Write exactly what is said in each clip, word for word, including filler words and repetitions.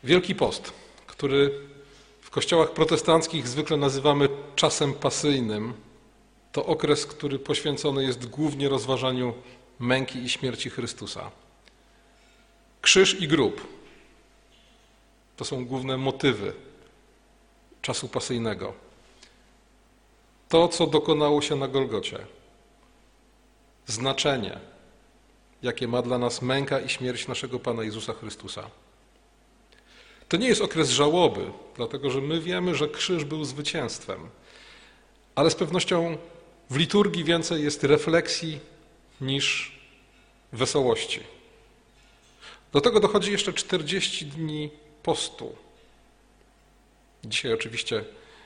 Wielki Post, który w kościołach protestanckich zwykle nazywamy czasem pasyjnym, to okres, który poświęcony jest głównie rozważaniu męki i śmierci Chrystusa. Krzyż i grób to są główne motywy czasu pasyjnego. To, co dokonało się na Golgocie, znaczenie, jakie ma dla nas męka i śmierć naszego Pana Jezusa Chrystusa. To nie jest okres żałoby, dlatego że my wiemy, że krzyż był zwycięstwem, ale z pewnością w liturgii więcej jest refleksji niż wesołości. Do tego dochodzi jeszcze czterdzieści dni postu. Dzisiaj oczywiście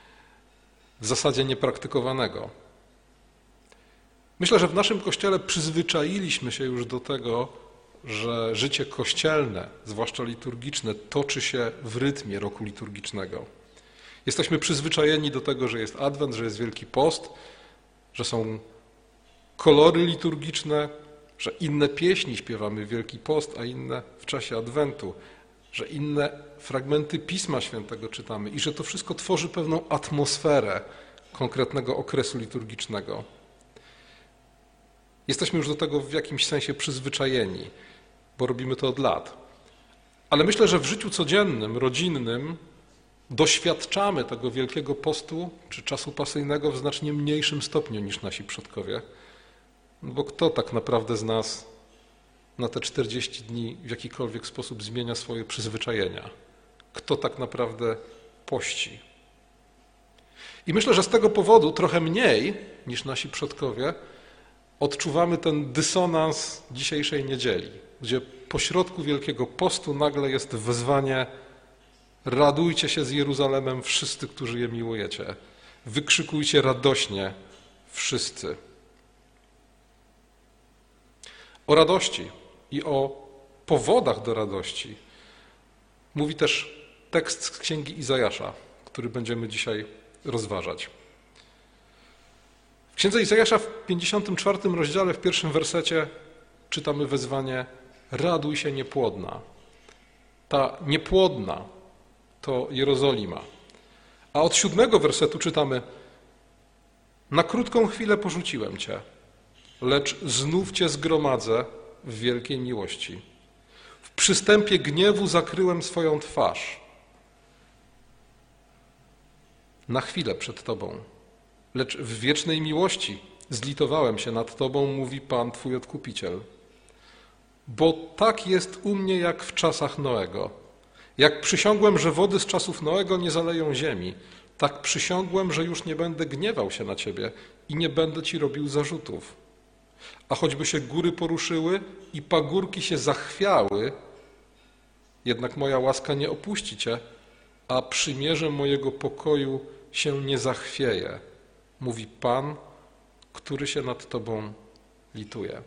w zasadzie niepraktykowanego. Myślę, że w naszym Kościele przyzwyczailiśmy się już do tego, że życie kościelne, zwłaszcza liturgiczne, toczy się w rytmie roku liturgicznego. Jesteśmy przyzwyczajeni do tego, że jest Adwent, że jest Wielki Post, że są kolory liturgiczne, że inne pieśni śpiewamy w Wielki Post, a inne w czasie Adwentu, że inne fragmenty Pisma Świętego czytamy i że to wszystko tworzy pewną atmosferę konkretnego okresu liturgicznego. Jesteśmy już do tego w jakimś sensie przyzwyczajeni, bo robimy to od lat. Ale myślę, że w życiu codziennym, rodzinnym doświadczamy tego Wielkiego Postu czy czasu pasyjnego w znacznie mniejszym stopniu niż nasi przodkowie, bo kto tak naprawdę z nas na te czterdzieści dni w jakikolwiek sposób zmienia swoje przyzwyczajenia? Kto tak naprawdę pości? I myślę, że z tego powodu trochę mniej niż nasi przodkowie odczuwamy ten dysonans dzisiejszej niedzieli, gdzie pośrodku Wielkiego Postu nagle jest wezwanie: radujcie się z Jeruzalemem wszyscy, którzy je miłujecie. Wykrzykujcie radośnie wszyscy. O radości i o powodach do radości mówi też tekst z Księgi Izajasza, który będziemy dzisiaj rozważać. W Księdze Izajasza w pięćdziesiątym czwartym rozdziale, w pierwszym wersecie czytamy wezwanie: raduj się niepłodna. Ta niepłodna to Jerozolima. A od siódmego wersetu czytamy: na krótką chwilę porzuciłem cię, lecz znów cię zgromadzę w wielkiej miłości. W przystępie gniewu zakryłem swoją twarz. Na chwilę przed tobą, lecz w wiecznej miłości zlitowałem się nad tobą, mówi Pan, twój Odkupiciel. Bo tak jest u mnie jak w czasach Noego. Jak przysiągłem, że wody z czasów Noego nie zaleją ziemi, tak przysiągłem, że już nie będę gniewał się na ciebie i nie będę ci robił zarzutów. A choćby się góry poruszyły i pagórki się zachwiały, jednak moja łaska nie opuści cię, a przymierze mojego pokoju się nie zachwieje, mówi Pan, który się nad tobą lituje.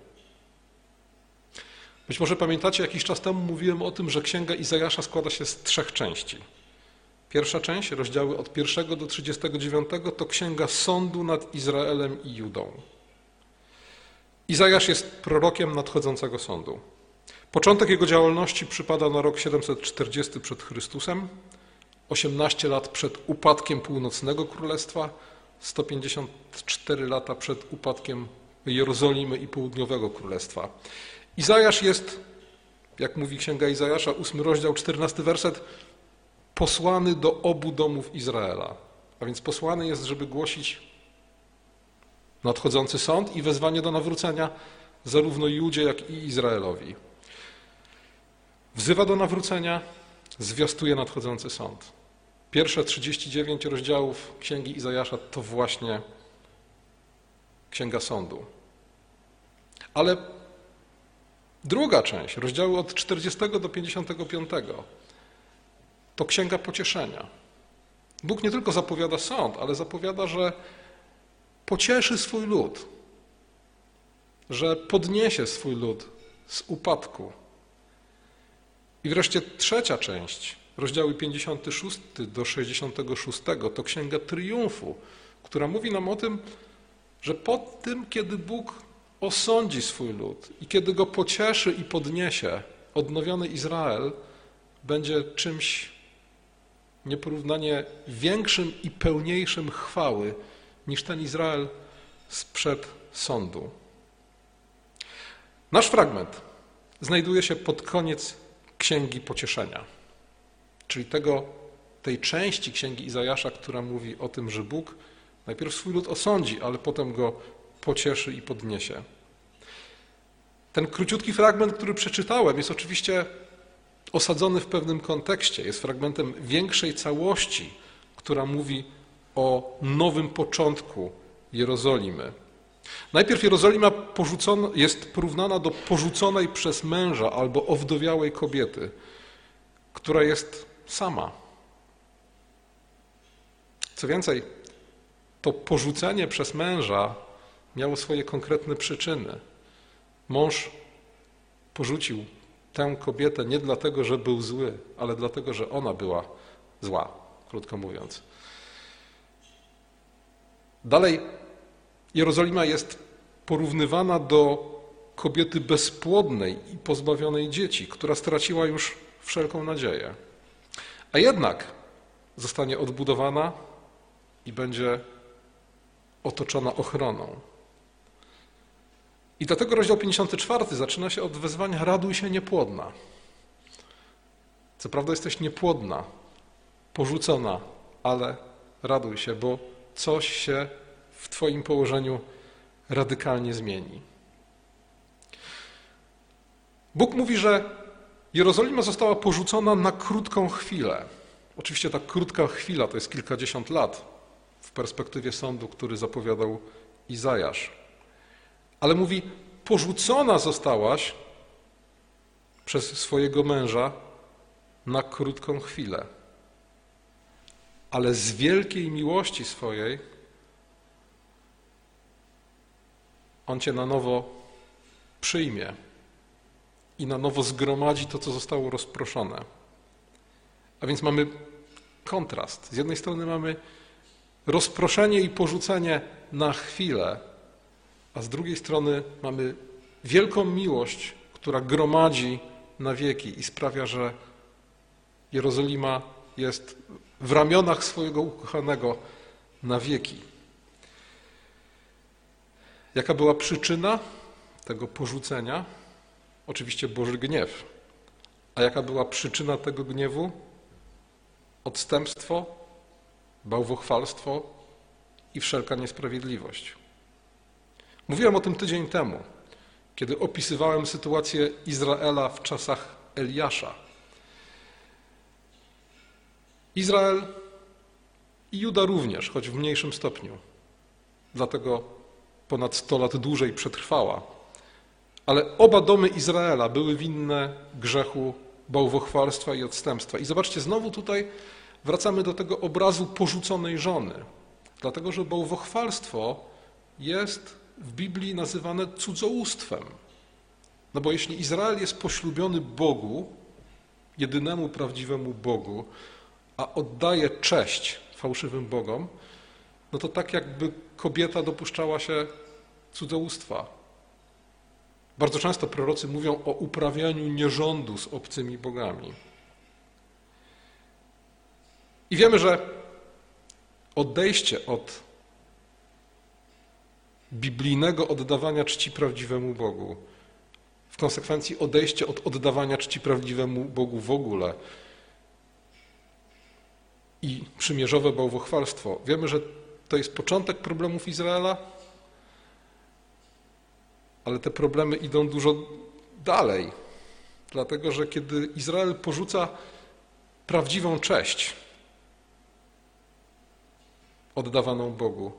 Być może pamiętacie, jakiś czas temu mówiłem o tym, że Księga Izajasza składa się z trzech części. Pierwsza część, rozdziały od pierwszego do trzydziestego dziewiątego, to księga sądu nad Izraelem i Judą. Izajasz jest prorokiem nadchodzącego sądu. Początek jego działalności przypada na rok siedemset czterdziesty przed Chrystusem, osiemnaście lat przed upadkiem północnego królestwa, sto pięćdziesiąt cztery lata przed upadkiem Jerozolimy i południowego królestwa. Izajasz jest, jak mówi Księga Izajasza, ósmy rozdział, czternasty werset, posłany do obu domów Izraela. A więc posłany jest, żeby głosić nadchodzący sąd i wezwanie do nawrócenia zarówno Judzie, jak i Izraelowi. Wzywa do nawrócenia, zwiastuje nadchodzący sąd. Pierwsze trzydzieści dziewięć rozdziałów Księgi Izajasza to właśnie Księga Sądu. Ale druga część, rozdziały od czterdziestego do pięćdziesiątego piątego, to Księga Pocieszenia. Bóg nie tylko zapowiada sąd, ale zapowiada, że pocieszy swój lud, że podniesie swój lud z upadku. I wreszcie trzecia część, rozdziały pięćdziesiąty szósty do sześćdziesiątego szóstego, to Księga Triumfu, która mówi nam o tym, że po tym, kiedy Bóg osądzi swój lud i kiedy go pocieszy i podniesie odnowiony Izrael, będzie czymś nieporównanie większym i pełniejszym chwały niż ten Izrael sprzed sądu. Nasz fragment znajduje się pod koniec Księgi Pocieszenia, czyli tego, tej części Księgi Izajasza, która mówi o tym, że Bóg najpierw swój lud osądzi, ale potem go pocieszy i podniesie. Ten króciutki fragment, który przeczytałem, jest oczywiście osadzony w pewnym kontekście. Jest fragmentem większej całości, która mówi o nowym początku Jerozolimy. Najpierw Jerozolima porzucona, jest porównana do porzuconej przez męża albo owdowiałej kobiety, która jest sama. Co więcej, to porzucenie przez męża miało swoje konkretne przyczyny. Mąż porzucił tę kobietę nie dlatego, że był zły, ale dlatego, że ona była zła, krótko mówiąc. Dalej, Jerozolima jest porównywana do kobiety bezpłodnej i pozbawionej dzieci, która straciła już wszelką nadzieję. A jednak zostanie odbudowana i będzie otoczona ochroną. I dlatego rozdział pięćdziesiąty czwarty zaczyna się od wezwania: raduj się niepłodna. Co prawda jesteś niepłodna, porzucona, ale raduj się, bo coś się w twoim położeniu radykalnie zmieni. Bóg mówi, że Jerozolima została porzucona na krótką chwilę. Oczywiście ta krótka chwila to jest kilkadziesiąt lat w perspektywie sądu, który zapowiadał Izajasz. Ale mówi, porzucona zostałaś przez swojego męża na krótką chwilę. Ale z wielkiej miłości swojej On cię na nowo przyjmie i na nowo zgromadzi to, co zostało rozproszone. A więc mamy kontrast. Z jednej strony mamy rozproszenie i porzucenie na chwilę, a z drugiej strony mamy wielką miłość, która gromadzi na wieki i sprawia, że Jerozolima jest w ramionach swojego ukochanego na wieki. Jaka była przyczyna tego porzucenia? Oczywiście Boży gniew. A jaka była przyczyna tego gniewu? Odstępstwo, bałwochwalstwo i wszelka niesprawiedliwość. Mówiłem o tym tydzień temu, kiedy opisywałem sytuację Izraela w czasach Eliasza. Izrael i Juda również, choć w mniejszym stopniu. Dlatego ponad sto lat dłużej przetrwała. Ale oba domy Izraela były winne grzechu bałwochwalstwa i odstępstwa. I zobaczcie, znowu tutaj wracamy do tego obrazu porzuconej żony. Dlatego, że bałwochwalstwo jest w Biblii nazywane cudzołóstwem. No bo jeśli Izrael jest poślubiony Bogu, jedynemu prawdziwemu Bogu, a oddaje cześć fałszywym bogom, no to tak jakby kobieta dopuszczała się cudzołóstwa. Bardzo często prorocy mówią o uprawianiu nierządu z obcymi bogami. I wiemy, że odejście od biblijnego oddawania czci prawdziwemu Bogu, w konsekwencji odejście od oddawania czci prawdziwemu Bogu w ogóle i przymierzowe bałwochwalstwo, wiemy, że to jest początek problemów Izraela, ale te problemy idą dużo dalej, dlatego że kiedy Izrael porzuca prawdziwą cześć oddawaną Bogu,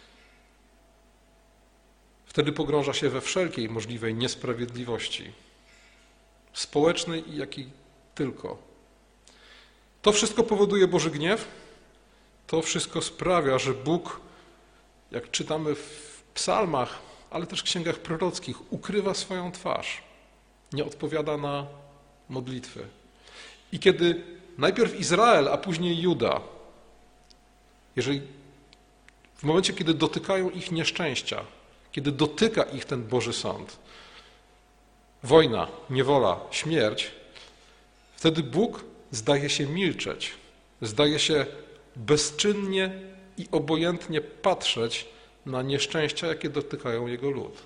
wtedy pogrąża się we wszelkiej możliwej niesprawiedliwości, społecznej i jakiej tylko. To wszystko powoduje Boży gniew, to wszystko sprawia, że Bóg, jak czytamy w psalmach, ale też w księgach prorockich, ukrywa swoją twarz, nie odpowiada na modlitwy. I kiedy najpierw Izrael, a później Juda, jeżeli w momencie, kiedy dotykają ich nieszczęścia, kiedy dotyka ich ten Boży sąd, wojna, niewola, śmierć, wtedy Bóg zdaje się milczeć, zdaje się bezczynnie i obojętnie patrzeć na nieszczęścia, jakie dotykają jego lud.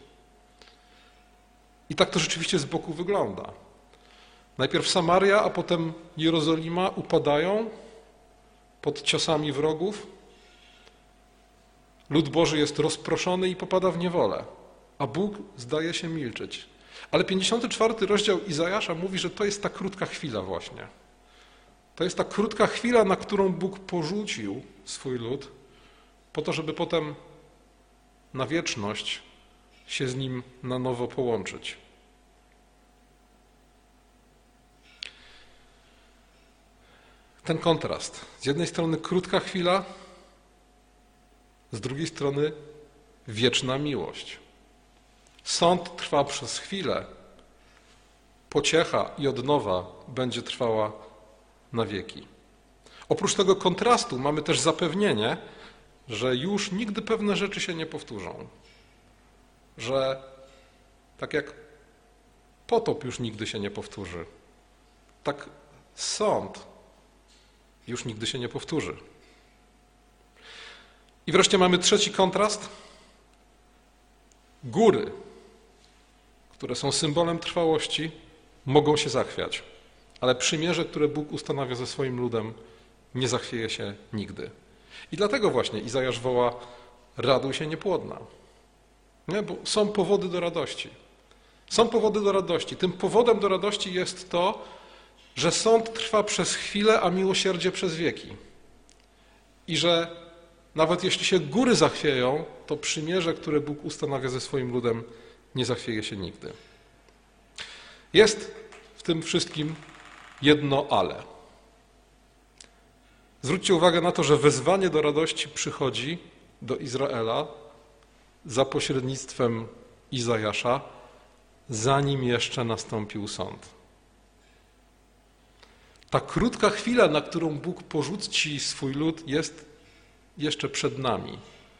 I tak to rzeczywiście z boku wygląda. Najpierw Samaria, a potem Jerozolima upadają pod ciosami wrogów. Lud Boży jest rozproszony i popada w niewolę, a Bóg zdaje się milczeć. Ale pięćdziesiąty czwarty rozdział Izajasza mówi, że to jest ta krótka chwila właśnie. To jest ta krótka chwila, na którą Bóg porzucił swój lud, po to, żeby potem na wieczność się z nim na nowo połączyć. Ten kontrast. Z jednej strony krótka chwila, z drugiej strony wieczna miłość. Sąd trwa przez chwilę, pociecha i odnowa będzie trwała na wieki. Oprócz tego kontrastu mamy też zapewnienie, że już nigdy pewne rzeczy się nie powtórzą. Że tak jak potop już nigdy się nie powtórzy, tak sąd już nigdy się nie powtórzy. I wreszcie mamy trzeci kontrast. Góry, które są symbolem trwałości, mogą się zachwiać, ale przymierze, które Bóg ustanawia ze swoim ludem, nie zachwieje się nigdy. I dlatego właśnie Izajasz woła: raduj się niepłodna. Nie? Bo są powody do radości. Są powody do radości. Tym powodem do radości jest to, że sąd trwa przez chwilę, a miłosierdzie przez wieki. I że nawet jeśli się góry zachwieją, to przymierze, które Bóg ustanawia ze swoim ludem, nie zachwieje się nigdy. Jest w tym wszystkim jedno ale. Zwróćcie uwagę na to, że wezwanie do radości przychodzi do Izraela za pośrednictwem Izajasza, zanim jeszcze nastąpił sąd. Ta krótka chwila, na którą Bóg porzuci swój lud, jest jeszcze przed nami.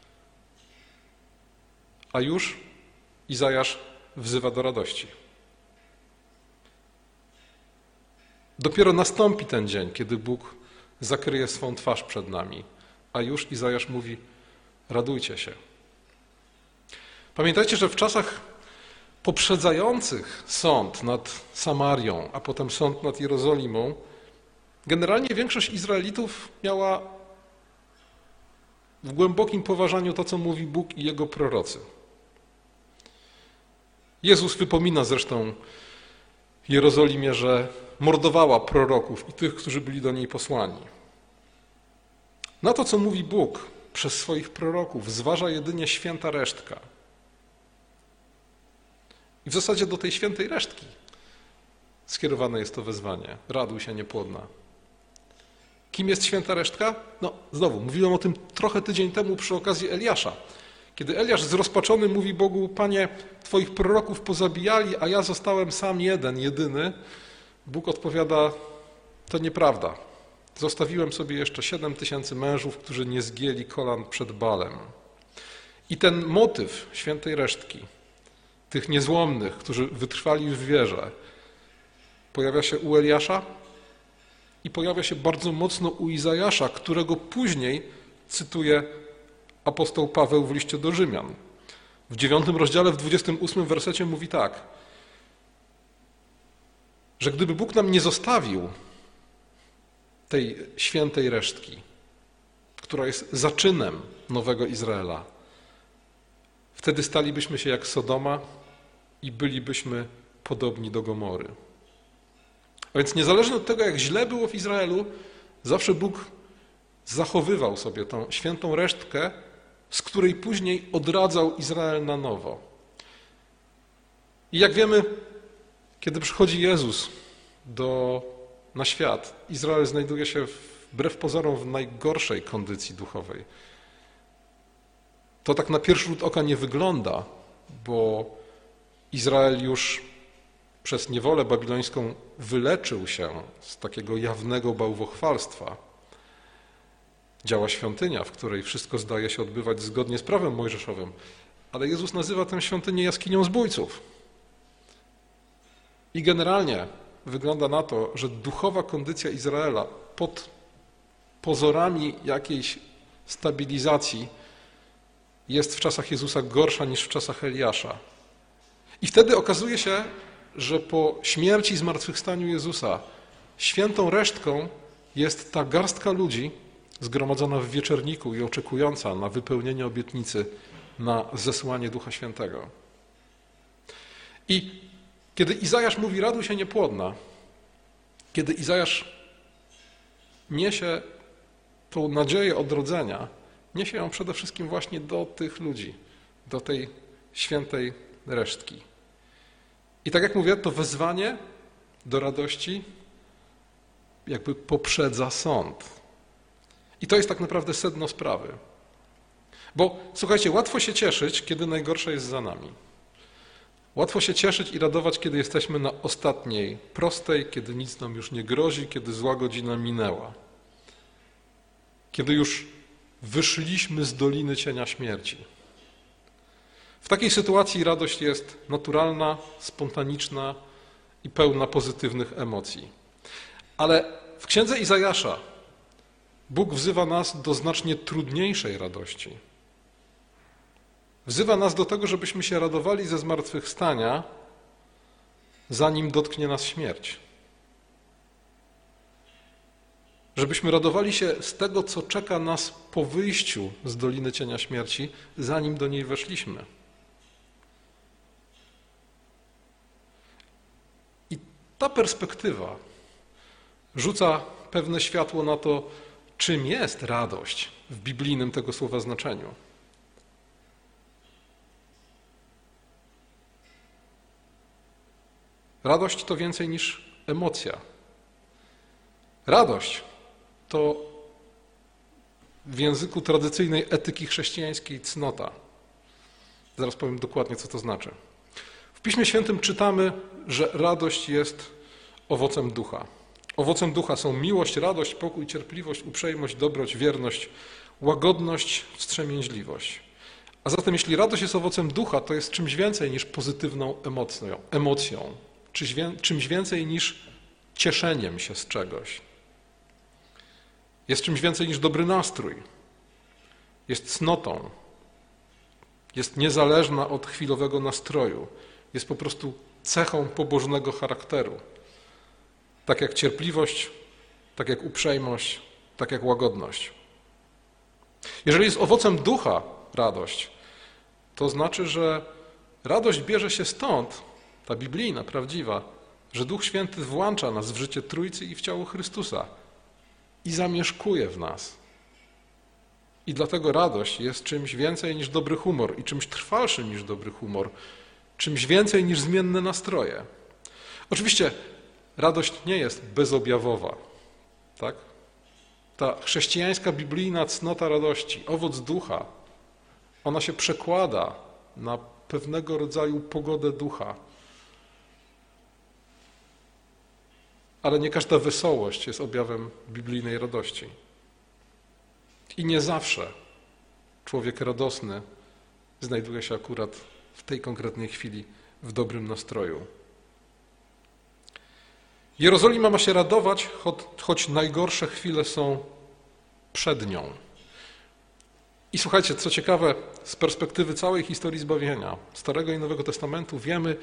A już Izajasz wzywa do radości. Dopiero nastąpi ten dzień, kiedy Bóg zakryje swą twarz przed nami, a już Izajasz mówi: radujcie się. Pamiętajcie, że w czasach poprzedzających sąd nad Samarią, a potem sąd nad Jerozolimą, generalnie większość Izraelitów miała w głębokim poważaniu to, co mówi Bóg i Jego prorocy. Jezus wypomina zresztą Jerozolimie, że mordowała proroków i tych, którzy byli do niej posłani. Na to, co mówi Bóg przez swoich proroków, zważa jedynie święta resztka. I w zasadzie do tej świętej resztki skierowane jest to wezwanie. Raduj się niepłodna. Kim jest święta resztka? No, znowu, mówiłem o tym trochę tydzień temu przy okazji Eliasza. Kiedy Eliasz zrozpaczony mówi Bogu: Panie, Twoich proroków pozabijali, a ja zostałem sam jeden, jedyny, Bóg odpowiada: to nieprawda. Zostawiłem sobie jeszcze siedem tysięcy mężów, którzy nie zgięli kolan przed Balem. I ten motyw świętej resztki, tych niezłomnych, którzy wytrwali w wierze, pojawia się u Eliasza i pojawia się bardzo mocno u Izajasza, którego później cytuje apostoł Paweł w liście do Rzymian. W dziewiątym rozdziale, w dwudziestym ósmym wersecie mówi tak, że gdyby Bóg nam nie zostawił tej świętej resztki, która jest zaczynem nowego Izraela, wtedy stalibyśmy się jak Sodoma i bylibyśmy podobni do Gomory. A więc niezależnie od tego, jak źle było w Izraelu, zawsze Bóg zachowywał sobie tą świętą resztkę, z której później odradzał Izrael na nowo. I jak wiemy, kiedy przychodzi Jezus do, na świat, Izrael znajduje się wbrew pozorom w najgorszej kondycji duchowej. To tak na pierwszy rzut oka nie wygląda, bo Izrael już przez niewolę babilońską wyleczył się z takiego jawnego bałwochwalstwa. Działa świątynia, w której wszystko zdaje się odbywać zgodnie z prawem mojżeszowym, ale Jezus nazywa tę świątynię jaskinią zbójców. I generalnie wygląda na to, że duchowa kondycja Izraela pod pozorami jakiejś stabilizacji jest w czasach Jezusa gorsza niż w czasach Eliasza. I wtedy okazuje się, że po śmierci i zmartwychwstaniu Jezusa świętą resztką jest ta garstka ludzi zgromadzona w wieczerniku i oczekująca na wypełnienie obietnicy, na zesłanie Ducha Świętego. I kiedy Izajasz mówi raduj się niepłodna, kiedy Izajasz niesie tą nadzieję odrodzenia, niesie ją przede wszystkim właśnie do tych ludzi, do tej świętej resztki. I tak jak mówię, to wezwanie do radości jakby poprzedza sąd. I to jest tak naprawdę sedno sprawy. Bo słuchajcie, łatwo się cieszyć, kiedy najgorsze jest za nami. Łatwo się cieszyć i radować, kiedy jesteśmy na ostatniej, prostej, kiedy nic nam już nie grozi, kiedy zła godzina minęła. Kiedy już wyszliśmy z doliny cienia śmierci. W takiej sytuacji radość jest naturalna, spontaniczna i pełna pozytywnych emocji. Ale w księdze Izajasza Bóg wzywa nas do znacznie trudniejszej radości. Wzywa nas do tego, żebyśmy się radowali ze zmartwychwstania, zanim dotknie nas śmierć. Żebyśmy radowali się z tego, co czeka nas po wyjściu z Doliny Cienia Śmierci, zanim do niej weszliśmy. I ta perspektywa rzuca pewne światło na to, czym jest radość w biblijnym tego słowa znaczeniu. Radość to więcej niż emocja. Radość to w języku tradycyjnej etyki chrześcijańskiej cnota. Zaraz powiem dokładnie, co to znaczy. W Piśmie Świętym czytamy, że radość jest owocem ducha. Owocem ducha są miłość, radość, pokój, cierpliwość, uprzejmość, dobroć, wierność, łagodność, wstrzemięźliwość. A zatem jeśli radość jest owocem ducha, to jest czymś więcej niż pozytywną emocją, emocją czymś więcej niż cieszeniem się z czegoś. Jest czymś więcej niż dobry nastrój. Jest cnotą. Jest niezależna od chwilowego nastroju. Jest po prostu cechą pobożnego charakteru. Tak jak cierpliwość, tak jak uprzejmość, tak jak łagodność. Jeżeli jest owocem ducha radość, to znaczy, że radość bierze się stąd, ta biblijna, prawdziwa, że Duch Święty włącza nas w życie Trójcy i w ciało Chrystusa i zamieszkuje w nas. I dlatego radość jest czymś więcej niż dobry humor i czymś trwalszym niż dobry humor, czymś więcej niż zmienne nastroje. Oczywiście radość nie jest bezobjawowa, tak? Ta chrześcijańska, biblijna cnota radości, owoc ducha, ona się przekłada na pewnego rodzaju pogodę ducha. Ale nie każda wesołość jest objawem biblijnej radości. I nie zawsze człowiek radosny znajduje się akurat w tej konkretnej chwili w dobrym nastroju. Jerozolima ma się radować, choć najgorsze chwile są przed nią. I słuchajcie, co ciekawe, z perspektywy całej historii zbawienia, Starego i Nowego Testamentu, wiemy,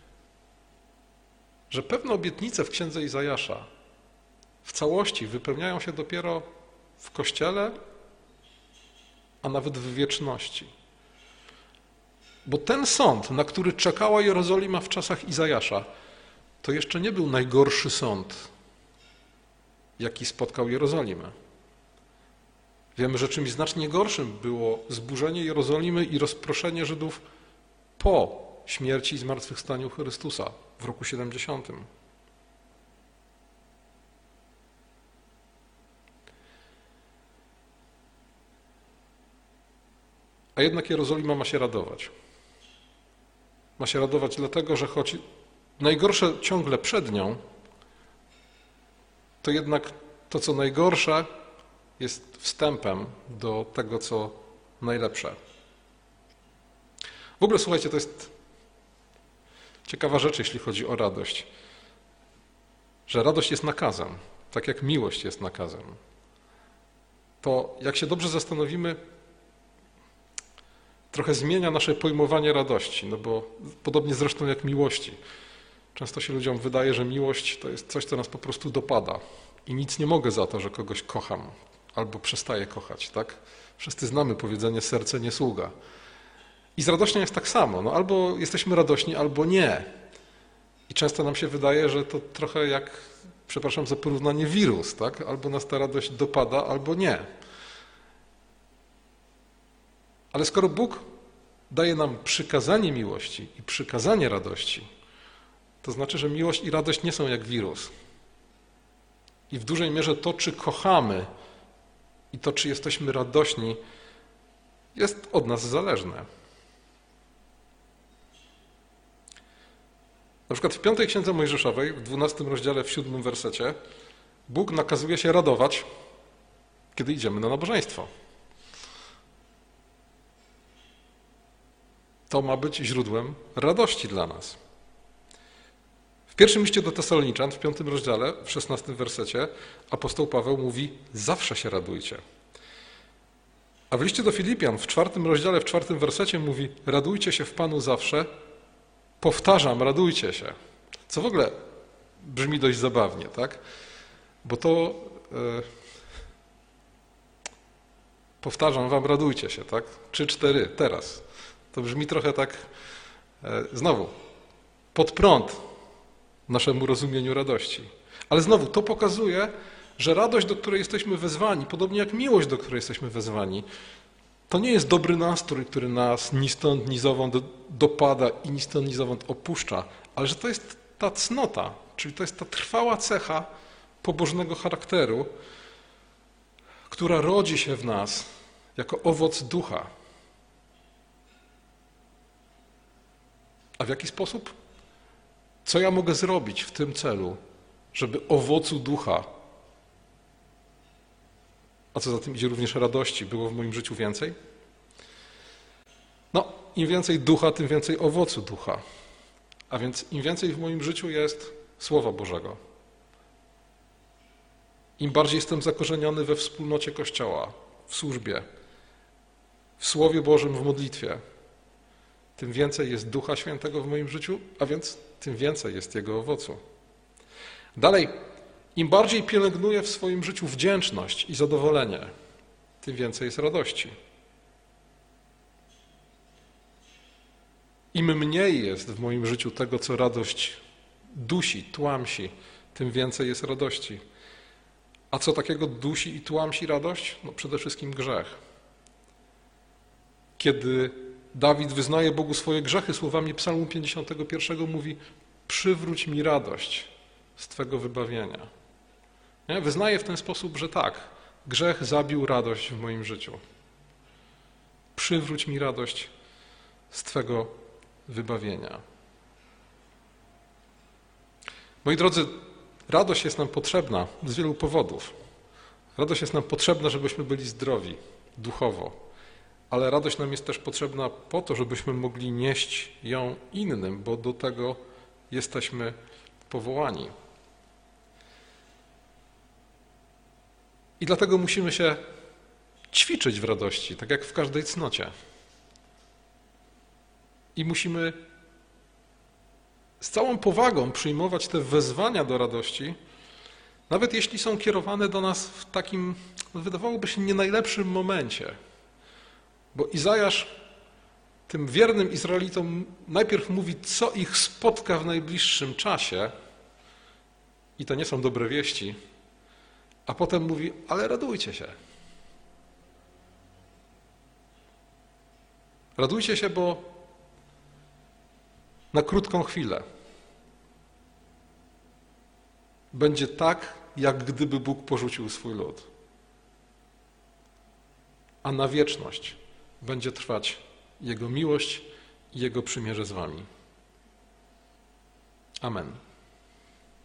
że pewne obietnice w księdze Izajasza w całości wypełniają się dopiero w Kościele, a nawet w wieczności. Bo ten sąd, na który czekała Jerozolima w czasach Izajasza, to jeszcze nie był najgorszy sąd, jaki spotkał Jerozolimę. Wiemy, że czymś znacznie gorszym było zburzenie Jerozolimy i rozproszenie Żydów po śmierci i zmartwychwstaniu Chrystusa w roku siedemdziesiątym. A jednak Jerozolima ma się radować. Ma się radować dlatego, że choć najgorsze ciągle przed nią, to jednak to, co najgorsze, jest wstępem do tego, co najlepsze. W ogóle, słuchajcie, to jest ciekawa rzecz, jeśli chodzi o radość. że radość jest nakazem, tak jak miłość jest nakazem, to jak się dobrze zastanowimy, trochę zmienia nasze pojmowanie radości, no bo podobnie zresztą jak miłości. Często się ludziom wydaje, że miłość to jest coś, co nas po prostu dopada i nic nie mogę za to, że kogoś kocham albo przestaję kochać, tak? Wszyscy znamy powiedzenie serce nie sługa. I z radością jest tak samo, no albo jesteśmy radośni, albo nie. I często nam się wydaje, że to trochę jak, przepraszam za porównanie, wirus, tak? Albo nas ta radość dopada, albo nie. Ale skoro Bóg daje nam przykazanie miłości i przykazanie radości, to znaczy, że miłość i radość nie są jak wirus. I w dużej mierze to, czy kochamy i to, czy jesteśmy radośni, jest od nas zależne. Na przykład w piątej Księdze Mojżeszowej, w dwunastym rozdziale, w siódmym wersecie, Bóg nakazuje się radować, kiedy idziemy na nabożeństwo. To ma być źródłem radości dla nas. W pierwszym liście do Tesaloniczan, w piątym rozdziale, w szesnastym wersecie, apostoł Paweł mówi: zawsze się radujcie. A w liście do Filipian, w czwartym rozdziale, w czwartym wersecie mówi: radujcie się w Panu zawsze. Powtarzam, radujcie się. Co w ogóle brzmi dość zabawnie, tak? Bo to yy, powtarzam wam, radujcie się, tak? Trzy, cztery, teraz. To brzmi trochę tak, yy, znowu, pod prąd naszemu rozumieniu radości. Ale znowu, to pokazuje, że radość, do której jesteśmy wezwani, podobnie jak miłość, do której jesteśmy wezwani, to nie jest dobry nastrój, który nas ni stąd, ni zowąd dopada i ni stąd, ni zowąd opuszcza, ale że to jest ta cnota, czyli to jest ta trwała cecha pobożnego charakteru, która rodzi się w nas jako owoc ducha. A w jaki sposób? Co ja mogę zrobić w tym celu, żeby owocu ducha, a co za tym idzie również radości, było w moim życiu więcej? No, im więcej ducha, tym więcej owocu ducha. A więc im więcej w moim życiu jest Słowa Bożego. Im bardziej jestem zakorzeniony we wspólnocie Kościoła, w służbie, w Słowie Bożym, w modlitwie, tym więcej jest Ducha Świętego w moim życiu, a więc tym więcej jest Jego owocu. Dalej, im bardziej pielęgnuję w swoim życiu wdzięczność i zadowolenie, tym więcej jest radości. Im mniej jest w moim życiu tego, co radość dusi, tłamsi, tym więcej jest radości. A co takiego dusi i tłamsi radość? No przede wszystkim grzech. Kiedy Dawid wyznaje Bogu swoje grzechy, słowami Psalmu pięćdziesiątego pierwszego mówi: przywróć mi radość z Twego wybawienia. Nie? Wyznaje w ten sposób, że tak, grzech zabił radość w moim życiu. Przywróć mi radość z Twego wybawienia. Moi drodzy, radość jest nam potrzebna z wielu powodów. Radość jest nam potrzebna, żebyśmy byli zdrowi duchowo, ale radość nam jest też potrzebna po to, żebyśmy mogli nieść ją innym, bo do tego jesteśmy powołani. I dlatego musimy się ćwiczyć w radości, tak jak w każdej cnocie. I musimy z całą powagą przyjmować te wezwania do radości, nawet jeśli są kierowane do nas w takim, wydawałoby się, nie najlepszym momencie. Bo Izajasz tym wiernym Izraelitom najpierw mówi, co ich spotka w najbliższym czasie, i to nie są dobre wieści, a potem mówi, ale radujcie się. Radujcie się, bo na krótką chwilę będzie tak, jak gdyby Bóg porzucił swój lud. A na wieczność będzie trwać Jego miłość i Jego przymierze z wami. Amen.